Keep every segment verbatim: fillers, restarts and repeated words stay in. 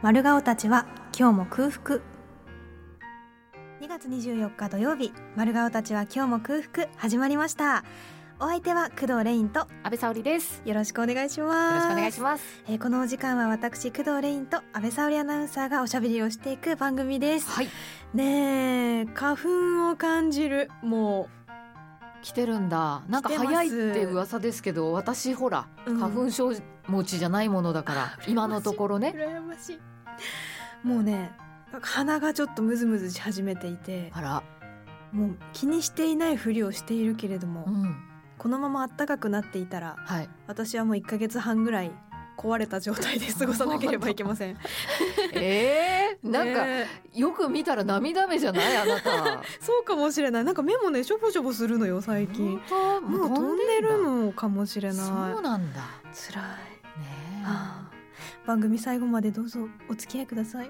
丸顔たちは今日も空腹。にがつにじゅうよっか土曜日、丸顔たちは今日も空腹始まりました。お相手は工藤レインと安倍沙織です。 よろしくお願いします。 よろしくお願いします。 えー、このお時間は私工藤レインと安倍沙織アナウンサーがおしゃべりをしていく番組です。 はい。 ねえ、花粉を感じる。もう来てるんだ。なんか早いって噂ですけど、私ほら、うん、花粉症持ちじゃないものだから今のところね。 羨ましい。もうね、鼻がちょっとムズムズし始めていて、 あら、 もう気にしていないふりをしているけれども、うん、このまま暖かくなっていたら、はい、私はもういっかげつはんぐらい壊れた状態で過ごさなければいけません。 えー、なんか、ね、よく見たら涙目じゃないあなた。 そうかもしれない。なんか目もねしょぼしょぼするのよ最近。もう飛んでるのかもしれない。 そうなんだ。 辛いねえ、はあ、 番組最後までどうぞお付き合いください。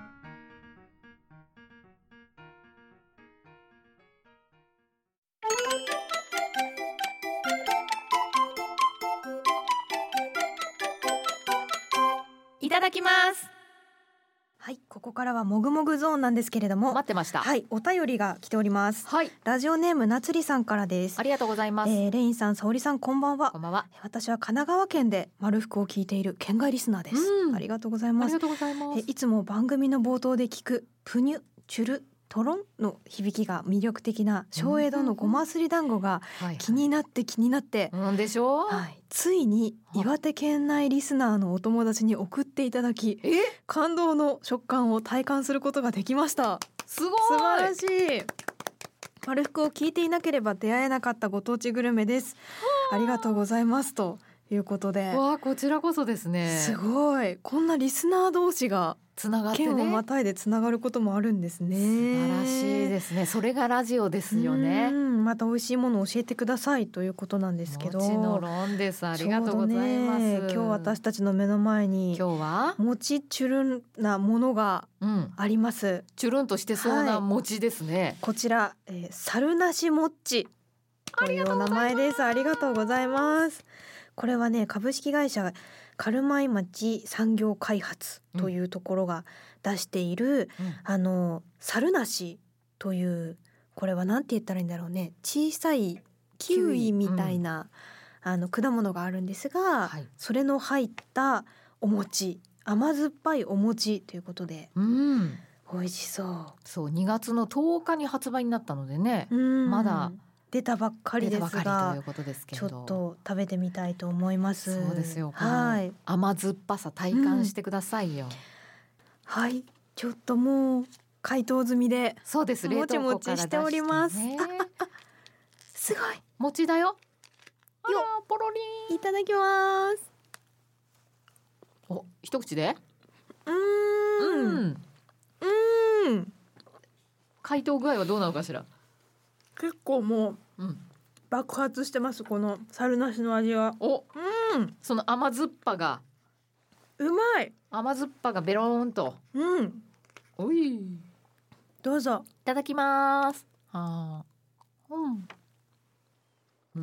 いただきます。はい、ここからはもぐもぐゾーンなんですけれども、 待ってました。 はい、お便りが来ております。 はい、 ラジオネームなつりさんからです。 ありがとうございます。 えー、レインさん、沙織さん、こんばんは。 こんばんは。 私は神奈川県で丸福を聞いている県外リスナーです。 うん、 ありがとうございます。 ありがとうございます。 えいつも番組の冒頭で聞くプニュチュルトロンの響きが魅力的な松江戸のごますり団子が気になって気になって、 うんでしょう、 はい、ついに岩手県内リスナーのお友達に送っていただき、 え感動の食感を体感することができました。 すごい、 素晴らしい。丸福を聞いていなければ出会えなかったご当地グルメです。ありがとうございますということで、 わあ、こちらこそですね。 すごい、こんなリスナー同士がつながってね、 県をまたいでつながることもあるんですね。 素晴らしいですね。それがラジオですよね。 うん、また美味しいものを教えてくださいということなんですけど、 もちろんです。ありがとうございます。 今日私たちの目の前に今日はもちチュルンなものがあります、うん、 チュルンとしてそうな餅ですね、はい、 こちら、えー、猿なしもっちという名前です。ありがとうございます。これはね、株式会社軽米町産業開発というところが出している、うん、あの猿なしという、これはなんて言ったらいいんだろうね、小さいキウイみたいな、うん、あの果物があるんですが、はい、それの入ったお餅、甘酸っぱいお餅ということで、うん、美味しそう。 そうにがつのとおかに発売になったのでね、うん、まだ出たばっかりですが、 ということですけど、 ちょっと食べてみたいと思います。 そうですよ、 はい、 甘酸っぱさ体感してくださいよ、うん、 はい、ちょっともう解凍済みで、 そうです、 もちもちしております。あああ、すごい、 餅だよ。あら、ポロリン。 いただきます。 お、一口で、 うーん、うん、うん、 解凍具合はどうなのかしら。 結構もう、うん、爆発してます、この猿なしの味は。 お、うん、その甘酸っぱがうまい。 甘酸っぱがベローンと、 うん、 おい、 どうぞ。 いただきます。はあ、うん、うん、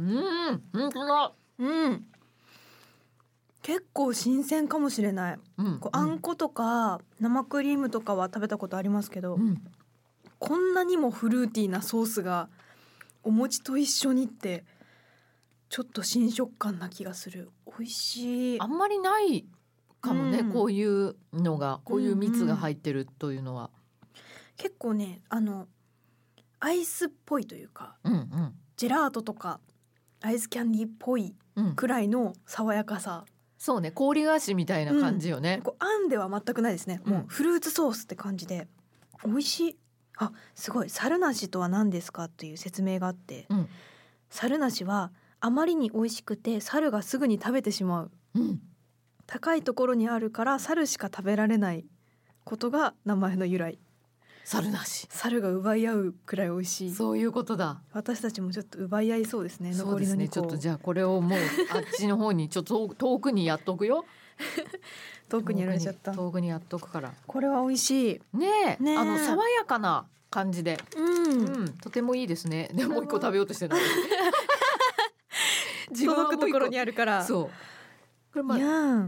本当だ。 うん、結構新鮮かもしれない、うん、こうあんことか生クリームとかは食べたことありますけど、うん、こんなにもフルーティーなソースがお餅と一緒にってちょっと新食感な気がする。美味しい。 あんまりないかもね、うん、こういうのが、こういう蜜が入ってるというのは、うんうん、 結構ね、あのアイスっぽいというか、 うんうん、 ジェラートとかアイスキャンディーっぽいくらいの爽やかさ、うん、 そうね、氷菓子みたいな感じよね、 うん、こうあんでは全くないですね、うん、もうフルーツソースって感じで美味しい。あ、すごい。猿なしとは何ですかという説明があって、うん、猿なしはあまりに美味しくて猿がすぐに食べてしまう、うん、高いところにあるから猿しか食べられないことが名前の由来。 猿なし、 猿が奪い合うくらい美味しい。 そういうことだ。 私たちもちょっと奪い合いそうですね。残りのにこを。 そうですね、ちょっとじゃあこれをもうあっちの方にちょっと遠くにやっとくよ。 遠くにやられちゃった。 遠くにやっとくから。 これは美味しいねえ、ねえ、あの爽やかな感じで、 うんうん、とてもいいですね。でもう一個食べようとしてない。 届くところにあるから。 そう。これまあ、 いやん、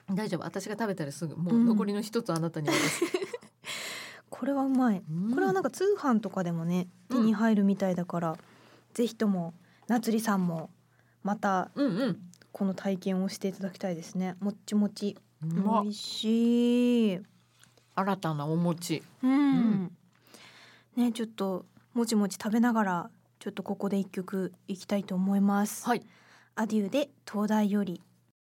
大丈夫、私が食べたらすぐもう残りの一つあなたに渡す、うん、 これはうまい、 うん、 これはなんか通販とかでもね手に入るみたいだから、うん、ぜひともなつりさんもまたこの体験をしていただきたいですね。もっちもち、 うん、 美味しい。 新たなお餅、 うんうん、ね、ちょっともちもち食べながらちょっとここで一曲いきたいと思います、 はい、 アデューで東大より。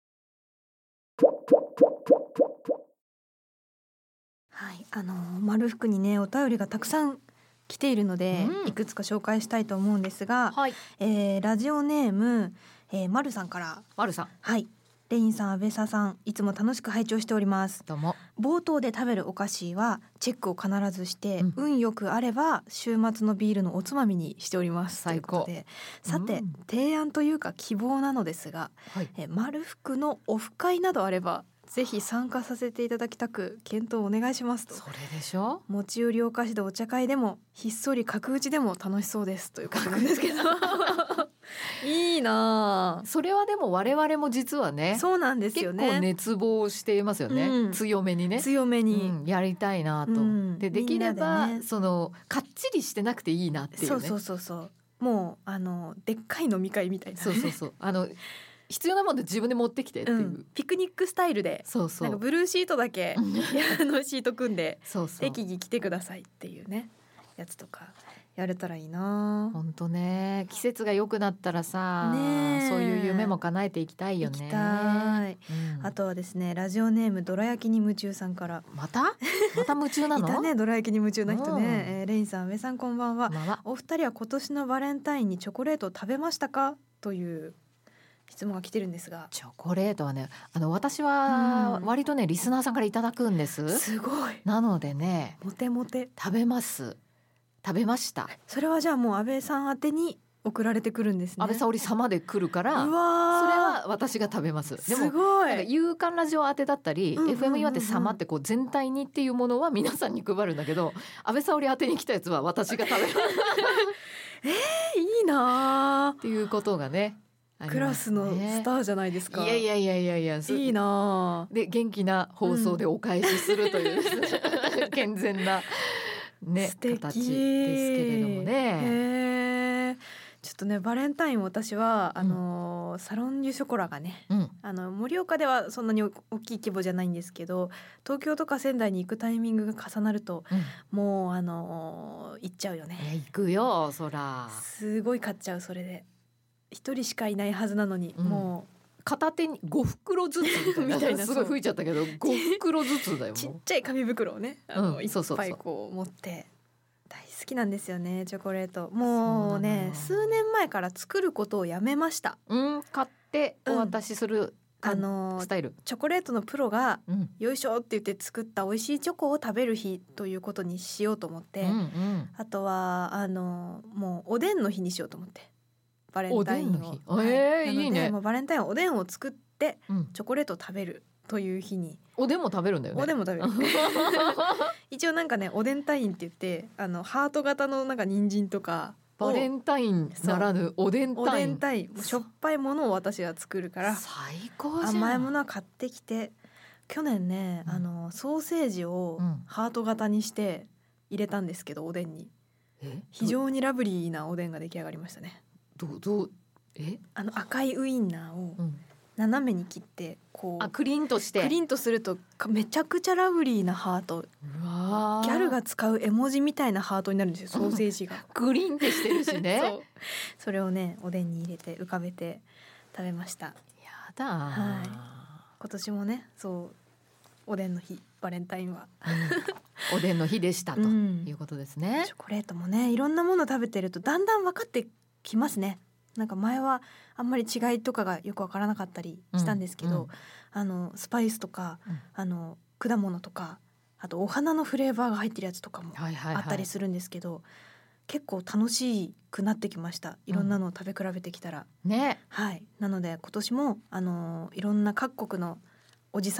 はい、あの丸福にねお便りがたくさん来ているので、うん、いくつか紹介したいと思うんですが、はい、えー、ラジオネーム、えー、丸さんから。 丸さん、 はい、レインさん、安倍沙さん、いつも楽しく拝聴しております。 どうも。 冒頭で食べるお菓子はチェックを必ずして、うん、運よくあれば週末のビールのおつまみにしております。 最高。 ということで、さて、うん、提案というか希望なのですが、はい、え丸福のオフ会などあればぜひ参加させていただきたく検討お願いしますと。 それでしょ。 持ち寄りお菓子でお茶会でもひっそり角打ちでも楽しそうですということなんですけどいいな。 それはでも我々も実はね、 そうなんですよね、 結構熱望していますよね、うん、強めにね強めに、 うん、やりたいなと、うん、でできれば、ね、そのかっちりしてなくていいなっていうね。 そうそうそうそう、もうあのでっかい飲み会みたいな、ね、 そうそうそう、あの必要なもので自分で持ってきてっていう、うん、 ピクニックスタイルで、そうそう、なんかブルーシートだけあのシート組んでそうそう適宜来てくださいっていうねやつとかやれたらいいな。 本当ね、季節が良くなったらさ、ね、そういう夢も叶えていきたいよね。 行きたい、うん、あとはですね、ラジオネームどら焼きに夢中さんから。 またまた夢中なのいたね、どら焼きに夢中な人ね、えー、レインさん、安倍さん、こんばんは、 まあ、 お二人は今年のバレンタインにチョコレートを食べましたかという質問が来てるんですが。 チョコレートはね、あの私は割とね、リスナーさんからいただくんです。 すごい。 なのでね、 モテモテ。 食べます食べました。 それはじゃあもう安倍さん宛てに送られてくるんですね。 安倍沙織様で来るから、 うわ、 それは私が食べます。でもすごい、 なんか夕刊ラジオ宛てだったり、うんうんうんうん、エフエム 岩手様ってこう全体にっていうものは皆さんに配るんだけど、安倍沙織宛てに来たやつは私が食べるえー、いいなっていうことがね、 クラスのスターじゃないですか。 いやいやいやいやいや、 いいな。 で元気な放送でお返しするという、うん、健全なね、形ですけれどもね。 へ、ちょっとね、バレンタイン私は、うん、あのサロン・デュ・ショコラがね、うん、あの盛岡ではそんなに大きい規模じゃないんですけど、東京とか仙台に行くタイミングが重なると、うん、もうあの行っちゃうよね。 いや、行くよ、そら。 すごい買っちゃう。それで一人しかいないはずなのに、うん、もう片手にご袋ずつみたいなすごい吹いちゃったけどご袋ずつだよ。 ちっちゃい紙袋をね、あの、うん、いっぱいこう持って大好きなんですよね、チョコレート。もうね、数年前から作ることをやめました、 うん、買ってお渡しする、うん、あのスタイル。 チョコレートのプロが、うん、よいしょって言って作った美味しいチョコを食べる日ということにしようと思って、うんうん、あとはあのもうおでんの日にしようと思って、バレンタインを、 おでんの日、はい、えー、いいね。 もうバレンタインはおでんを作って、うん、チョコレートを食べるという日に。 おでんも食べるんだよね。 おでんも食べる一応なんかね、おでんタインって言って、あのハート型のなんか人参とか、 バレンタインならぬおでんタイン。 おでんタイン、しょっぱいものを私は作るから、 最高じゃん。 甘いものは買ってきて、去年ね、うん、あのソーセージをハート型にして入れたんですけど、おでんに非常にラブリーなおでんが出来上がりましたね。 どうどうえあの赤いウインナーを斜めに切って、こう、 あ、クリンとしてクリンとするとめちゃくちゃラブリーなハート、うわ、ギャルが使う絵文字みたいなハートになるんですよ、ソーセージがクリンってしてるしね。 そう、それをね、おでんに入れて浮かべて食べました。 やだ、 はい、今年もね、そう、おでんの日、バレンタインは、 うん、おでんの日でしたということですね、うん、 チョコレートもね、いろんなもの食べてるとだんだん分かってきますね。なんか前はあんまり違いとかがよく分からなかったりしたんですけど、うん、あのスパイスとか、うん、あの果物とか、あとお花のフレーバーが入ってるやつとかもあったりするんですけど、はいはいはい、結構楽しくなってきました。いろんなのを食べ比べてきたら、 うん、ね、 はい、なので今年もあのいろんな各国のおじさま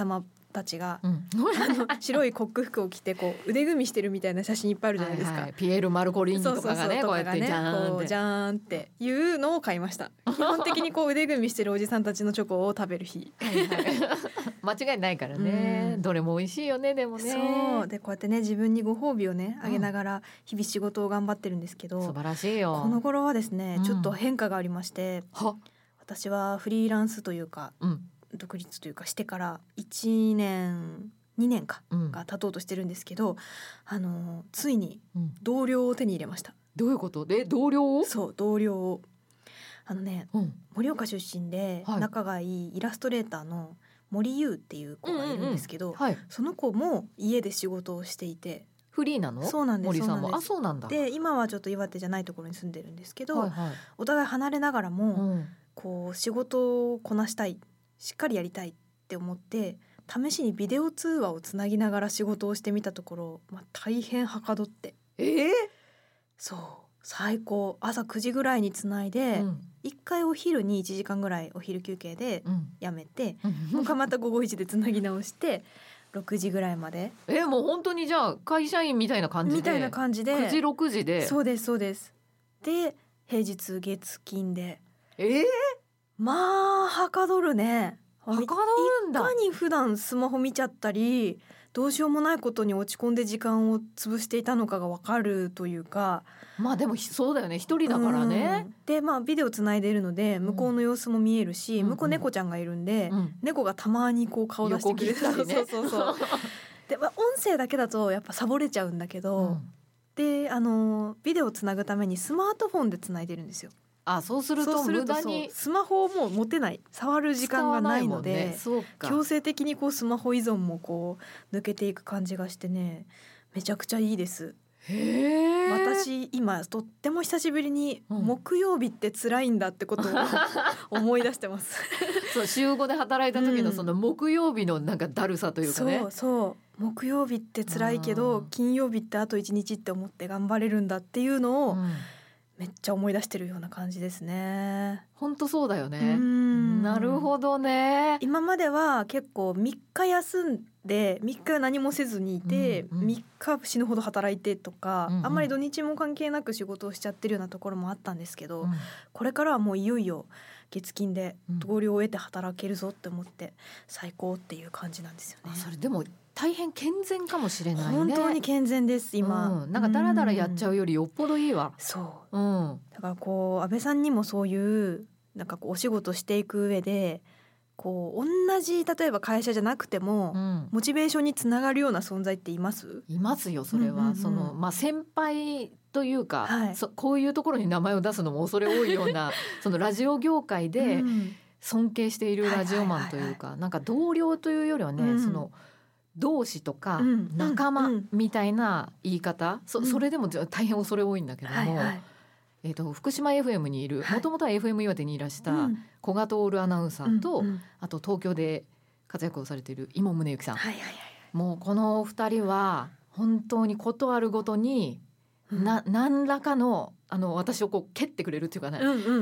たちが、 うん、 あの白いコック服を着てこう腕組みしてるみたいな写真いっぱいあるじゃないですか、はいはい、 ピエール・マルコリーニとかがねこうやってジャーンってジャーンっていうのを買いました。基本的にこう腕組みしてるおじさんたちのチョコを食べる日はい、はい、 間違いないからね、うん、どれも美味しいよね。でもねそうでこうやってね自分にご褒美をねあげながら日々仕事を頑張ってるんですけど、 うん、素晴らしいよ。 この頃はですねちょっと変化がありまして、 うん、は私はフリーランスというか、うん、独立というかしてからいちねんにねんかが経とうとしてるんですけど、うん、あのついに同僚を手に入れました。 どういうことで同僚を？ そう同僚をあのね、うん、盛岡出身で仲がいいイラストレーターの森優っていう子がいるんですけど、うんうんうんはい、その子も家で仕事をしていて。 フリーなの？ そうなんです。 森さんは。あ、そうなんだ。 で今はちょっと岩手じゃないところに住んでるんですけど、はいはい、お互い離れながらも、うん、こう仕事をこなしたいしっかりやりたいって思って試しにビデオ通話をつなぎながら仕事をしてみたところ、まあ、大変はかどって、 えー、 そう最高朝くじぐらいにつないで、うん、いっかいお昼にいちじかんぐらいお昼休憩でやめて、うん、もう一回また午後いちでつなぎ直してろくじぐらいまでえもう本当にじゃあ会社員みたいな感じでみたいな感じでくじろくじでそうですそうですで平日月金でえー、 まあはかどるね。 はかどるんだ。 いかに普段スマホ見ちゃったりどうしようもないことに落ち込んで時間を潰していたのかが分かるというか。 まあでもそうだよね一人だからね、 うん、でまあビデオつないでいるので向こうの様子も見えるし、うん、向こう猫ちゃんがいるんで、うん、猫がたまにこう顔出してくれたりねそうそうそうで、まあ、音声だけだとやっぱサボれちゃうんだけど、うん、であのビデオつなぐためにスマートフォンでつないでるんですよ。 あそうすると無駄にスマホをもう持てない触る時間がないので、ね、そうか強制的にこうスマホ依存もこう抜けていく感じがしてねめちゃくちゃいいです。 へ私今とっても久しぶりに木曜日って辛いんだってことを思い出してますそう週ごで働いた時のその木曜日のなんかだるさというかね、 そうそう木曜日って辛いけど金曜日ってあと一日って思って頑張れるんだっていうのを、うんめっちゃ思い出してるような感じですね。 本当そうだよね。うんなるほどね。 今までは結構みっか休んでみっか何もせずにいて、うんうん、みっか死ぬほど働いてとか、うんうん、あんまり土日も関係なく仕事をしちゃってるようなところもあったんですけど、うん、これからはもういよいよ月金で同僚を得て働けるぞって思って最高っていう感じなんですよね。 あそれでも大変健全かもしれないね。 本当に健全です今、 うん、なんかダラダラやっちゃうよりよっぽどいいわ、 うん、そう、うん、だからこう安倍さんにもそういうなんかこうお仕事していく上でこう同じ例えば会社じゃなくても、うん、モチベーションにつながるような存在っています？ いますよそれは、うんうんうん、そのまあ、先輩というか、はい、そこういうところに名前を出すのも恐れ多いようなそのラジオ業界で尊敬しているラジオマンというか、はいはいはいはい、なんか同僚というよりはね、うん、その同志とか仲間みたいな言い方、うんうん、そ, それでも大変恐れ多いんだけども、はいはいえー、と福島 エフエム にいるもともとは エフエム 岩手にいらした古賀徹アナウンサーと、うんうん、あと東京で活躍をされている今宗行さん、はいはいはい、もうこのふたりは本当にことあるごとにな、うん、何らか の, あの私をこう蹴ってくれるっていうかね、うんうんうんうん、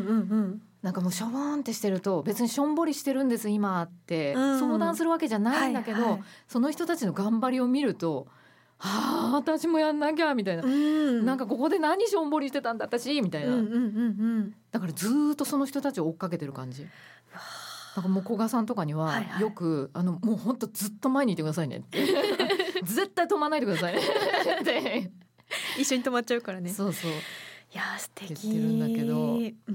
なんかもうしょぼーんってしてると別にしょんぼりしてるんです今って相談するわけじゃないんだけど、うんはいはい、その人たちの頑張りを見るとはあ私もやんなきゃみたいな、うん、なんかここで何しょんぼりしてたんだ私みたいな、うんうんうんうん、だからずっとその人たちを追っかけてる感じ。なんかもう古賀さんとかにはよく、はいはい、あのもうほんとずっと前にいてくださいね絶対止まらないでくださいねって一緒に止まっちゃうからね。 そうそういや素敵言ってるんだけど、うん、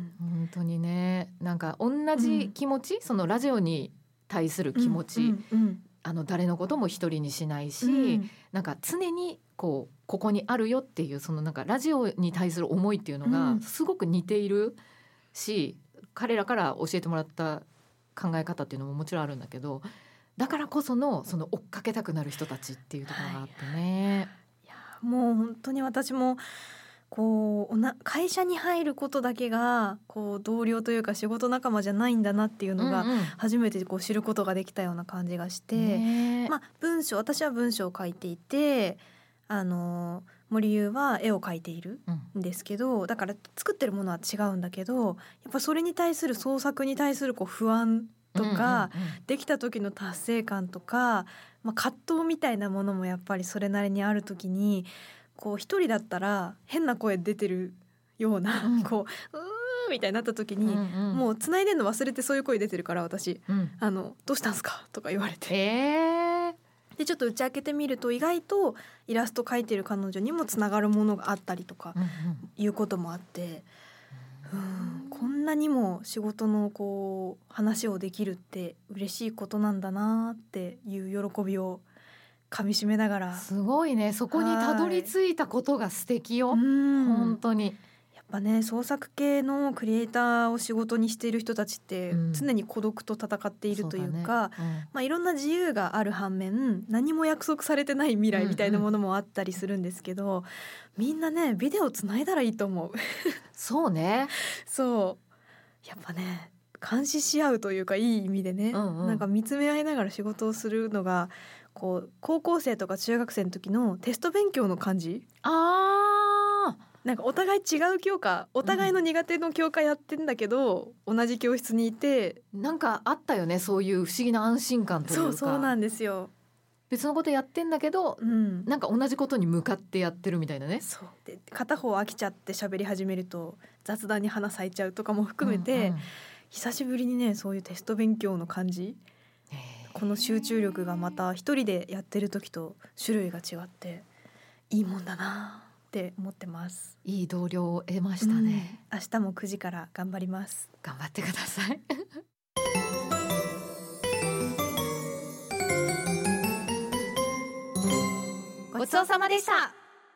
本当にねなんか同じ気持ち、うん、そのラジオに対する気持ち、うんうんうん、あの誰のことも一人にしないし、うん、なんか常にこうここにあるよっていうそのなんかラジオに対する思いっていうのがすごく似ているし、うん、彼らから教えてもらった考え方っていうのももちろんあるんだけどだからこそのその追っかけたくなる人たちっていうところがあってね、はい、いやもう本当に私もこうな会社に入ることだけがこう同僚というか仕事仲間じゃないんだなっていうのが初めてこう知ることができたような感じがして、うんうんまあ、文章私は文章を書いていてあの森優は絵を描いているんですけど、うん、だから作ってるものは違うんだけどやっぱそれに対する創作に対するこう不安とか、 うんうんうん、 できた時の達成感とか、まあ、葛藤みたいなものもやっぱりそれなりにある時に、こう一人だったら変な声出てるような、うん、こううーみたいになった時に、うんうん、もう繋いでんの忘れてそういう声出てるから私、うん、あのどうしたんすかとか言われて、 えー、 でちょっと打ち明けてみると意外とイラスト描いてる彼女にもつながるものがあったりとか、うんうん、いうこともあって、うん、こんなにも仕事のこう話をできるって嬉しいことなんだなっていう喜びを噛み締めながら、 すごいね、そこにたどり着いたことが素敵よ、本当に。 やっぱね、創作系のクリエイターを仕事にしている人たちって常に孤独と戦っているというか、うん、ね、うん、まあ、いろんな自由がある反面何も約束されてない未来みたいなものもあったりするんですけど、うんうん、みんなねビデオつないだらいいと思うそうねそうやっぱね監視し合うというか、いい意味でね、うんうん、なんか見つめ合いながら仕事をするのがこう高校生とか中学生の時のテスト勉強の感じ。 あー、 なんかお互い違う教科、お互いの苦手の教科やってんだけど、うん、同じ教室にいて、 なんかあったよね、そういう不思議な安心感というか。 そうそうなんですよ。 別のことやってんだけど、うん、なんか同じことに向かってやってるみたいなね。 そうで片方飽きちゃって喋り始めると雑談に花咲いちゃうとかも含めて、うんうん、久しぶりにねそういうテスト勉強の感じ、この集中力がまた一人でやってる時と種類が違っていいもんだなって思ってます。 いい同僚を得ましたね、 うん、明日もくじから頑張ります。 頑張ってくださいごちそうさまでした。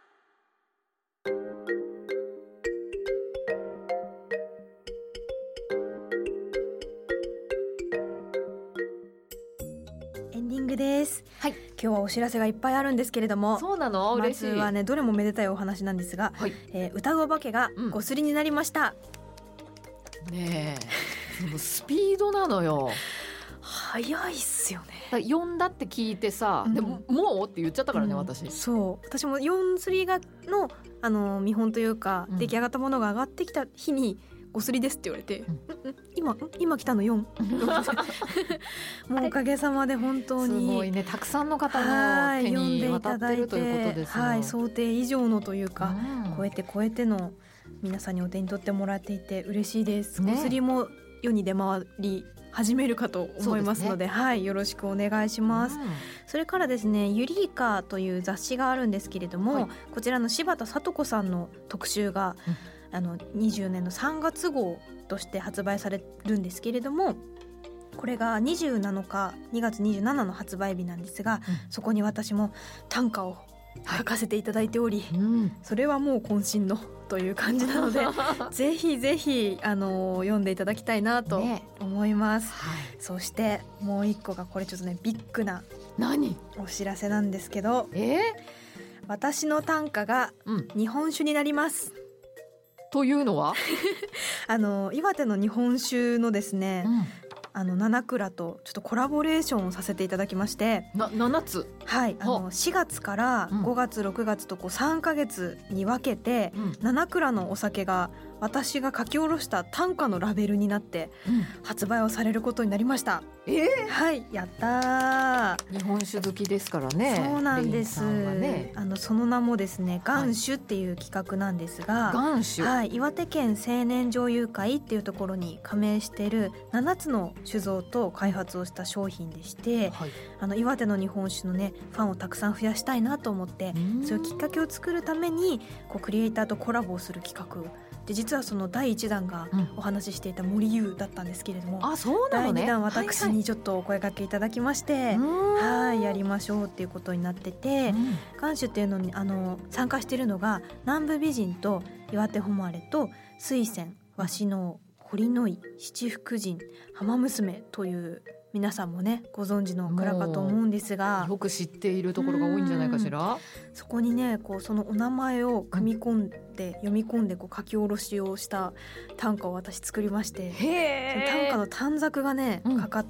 エンディングです、はい、今日はお知らせがいっぱいあるんですけれども。 そうなの、嬉しい。 まずはねどれもめでたいお話なんですが、はい、えー、歌うお化けがごすりになりました、 うん、ねえスピードなのよ早いっすよね。 呼んだって聞いてさ、うん、でももうって言っちゃったからね、うん、私。 そう私もよんすりがのあの見本というか、うん、出来上がったものが上がってきた日にごすりですって言われて、うん、今今来たのよんもうおかげさまで本当にすごいね、たくさんの方の手に渡ってるということですよ。 はい、想定以上のというか、うん、超えて超えての皆さんにお手に取ってもらっていて嬉しいです、ね、ごすりも世に出回り始めるかと思いますの で, で、ね、はい、よろしくお願いします、うん、それからですね、ユリーカという雑誌があるんですけれども、はい、こちらの柴田聡子さんの特集が、うん、あのにじゅうねんのさんがつ号として発売されるんですけれども、これがにじゅうなのかにがつにじゅうしちの発売日なんですが、うん、そこに私も短歌を書かせていただいており、はい、うん、それはもう渾身のという感じなのでぜひぜひあの読んでいただきたいなと思います、ね、はい、そしてもう一個がこれちょっとねビッグな何お知らせなんですけど、 えー、 私の短歌が日本酒になります、うん、 というのはあの岩手の日本酒のですね、うん、あのなな蔵とちょっとコラボレーションをさせていただきまして、 なななつ、 はい、あのしがつからごがつ、ろくがつとこうさんかげつに分けて、うん、なな蔵のお酒が私が書き下ろした短歌のラベルになって発売をされることになりました、 うん、えー、 はい、やったー。 日本酒好きですからね。 そうなんです、ね、あのその名もですね元酒っていう企画なんですが、 元酒、 はい、岩手県青年女優会っていうところに加盟しているななつの酒造と開発をした商品でして、はい、あの岩手の日本酒のねファンをたくさん増やしたいなと思って、そういうきっかけを作るためにこうクリエイターとコラボをする企画で、実はそのだいいちだんがお話ししていた森優だったんですけれども、 うん、あ、そうなのね、 だいにだん私にちょっとお声掛けいただきまして、はいはい、はい、やりましょうっていうことになってて、うん、元酒っていうのにあの参加しているのが南部美人と岩手誉れと水仙、鷲能、堀の井、七福神、浜娘という皆さんもねご存知の蔵かと思うんですが、 よく知っているところが多いんじゃないかしら。 そこにねこうそのお名前を組み込んで、うん、読み込んでこう書き下ろしをした短歌を私作りまして、 へその短歌の短冊がね、うん、かかって、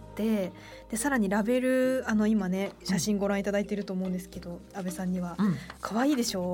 でさらにラベル、あの今ね写真ご覧いただいていると思うんですけど、うん、安倍さんには、うん、可愛いでしょ。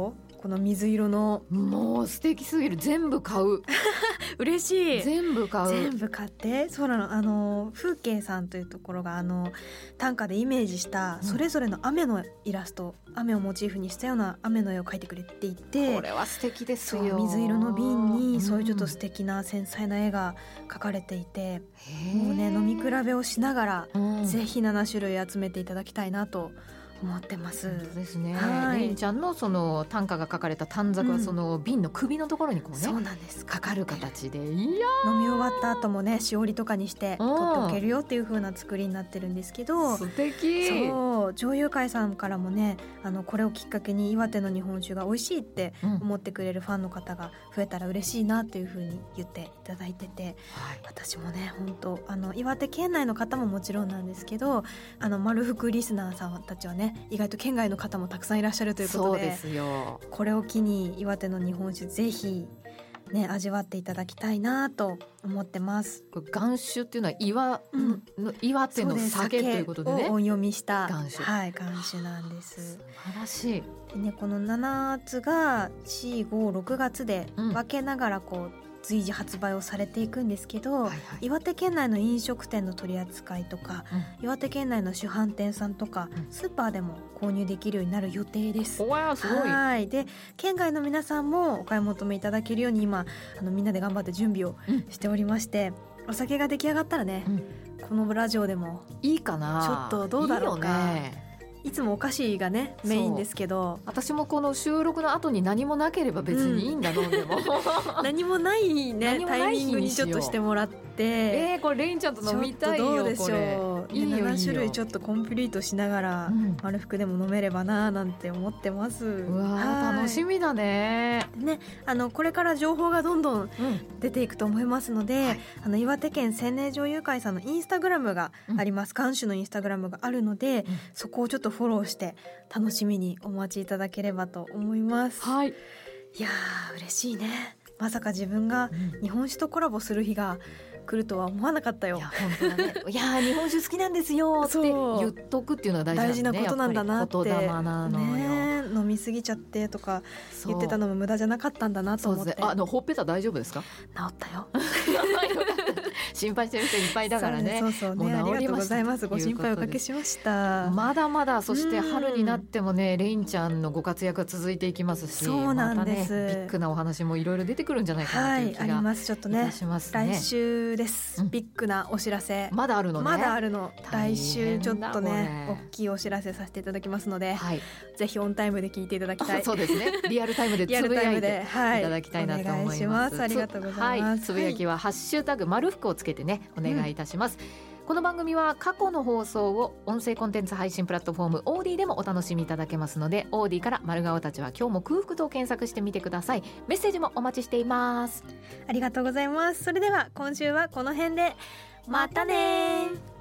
この水色の。 もう素敵すぎる。全部買う嬉しい。 全部買う。 全部買って。そうなの、あの風景さんというところがあの短歌でイメージしたそれぞれの雨のイラスト、うん、雨をモチーフにしたような雨の絵を描いてくれていて、 これは素敵ですよ。 水色の瓶にそういうちょっと素敵な繊細な絵が描かれていて、うん、もうね飲み比べをしながら、うん、ぜひななしゅるい集めていただきたいなと思ってます。 本当ですね。レインちゃんのその短歌が書かれた短冊はその瓶の首のところにこうね、 そうなんです、 かかる形で、いや飲み終わった後もねしおりとかにして取っておけるよっていう風な作りになってるんですけど、 素敵。 そう上友会さんからもね、あのこれをきっかけに岩手の日本酒が美味しいって思ってくれるファンの方が増えたら嬉しいなっていう風に言っていただいてて、はい、私もね本当あの岩手県内の方ももちろんなんですけど、あの丸福リスナーさんたちはね意外と県外の方もたくさんいらっしゃるということで、 そうですよ。 これを機に岩手の日本酒ぜひね味わっていただきたいなと思ってます。 これ岩酒っていうのは 岩,、うん、の岩手の酒ということでね、 を音読みした岩酒、 はい、岩酒なんです。 素晴らしい。 で、ね、このななつがよん、ご、ろくがつで分けながらこう、うん随時発売をされていくんですけど、はいはい、岩手県内の飲食店の取り扱いとか、うん、岩手県内の主販店さんとか、うん、スーパーでも購入できるようになる予定です。 おわすごい。 はいで県外の皆さんもお買い求めいただけるように今あのみんなで頑張って準備をしておりまして、うん、お酒が出来上がったらね、うん、このラジオでもいいかな、 ちょっとどうだろうか。いいよね。いつもお菓子がねメインですけど、 私もこの収録の後に何もなければ別にいいんだろう、うん、でも何もないねタイミングにちょっとしてもらって、 えー、これレインちゃんと飲みたいよ。 どうでしょう。いいよいいよ。ななしゅるいちょっとコンプリートしながら、うん、丸福でも飲めればななんて思ってます。 うわ楽しみだね。 でね、あのこれから情報がどんどん出ていくと思いますので、うんはい、あの岩手県千年女優会さんのインスタグラムがあります。監修のインスタグラムがあるので、うん、そこをちょっとフォローして楽しみにお待ちいただければと思います。 はい。 いやー嬉しいね。まさか自分が日本酒とコラボする日が来るとは思わなかったよ。 いや本当だね。いや日本酒好きなんですよって言っとくっていうのが大事なん、ね、 大事なことなんだなって。 言霊なのよ、ね、 飲みすぎちゃってとか言ってたのも無駄じゃなかったんだなと思って。 そうですね。あのほっぺた大丈夫ですか？ 治ったよ。 心配してる人いっぱいだからね。 そうそうね。ありがとうございます。ご心配おかけしました。 まだまだそして春になってもねレインちゃんのご活躍が続いていきますし、 そうなんです、 またね、ビッグなお話もいろいろ出てくるんじゃないかなという気が、はい、あります。 ちょっとね来週です、うん、ビッグなお知らせまだあるのね。 まだあるの。来週ちょっとね大きいお知らせさせていただきますので、はい、ぜひオンタイムで聞いていただきたい。 そうですね。リアルタイムでつぶやいていただきたいなと思います。はい、お願いします。 ありがとうございます。 はい、つぶやきはハッシュタグ丸福をつけてねお願いいたします、うん、この番組は過去の放送を音声コンテンツ配信プラットフォームオーディでもお楽しみいただけますので、オーディから丸顔たちは今日も空腹と検索してみてください。メッセージもお待ちしています。 ありがとうございます。それでは今週はこの辺でまたね。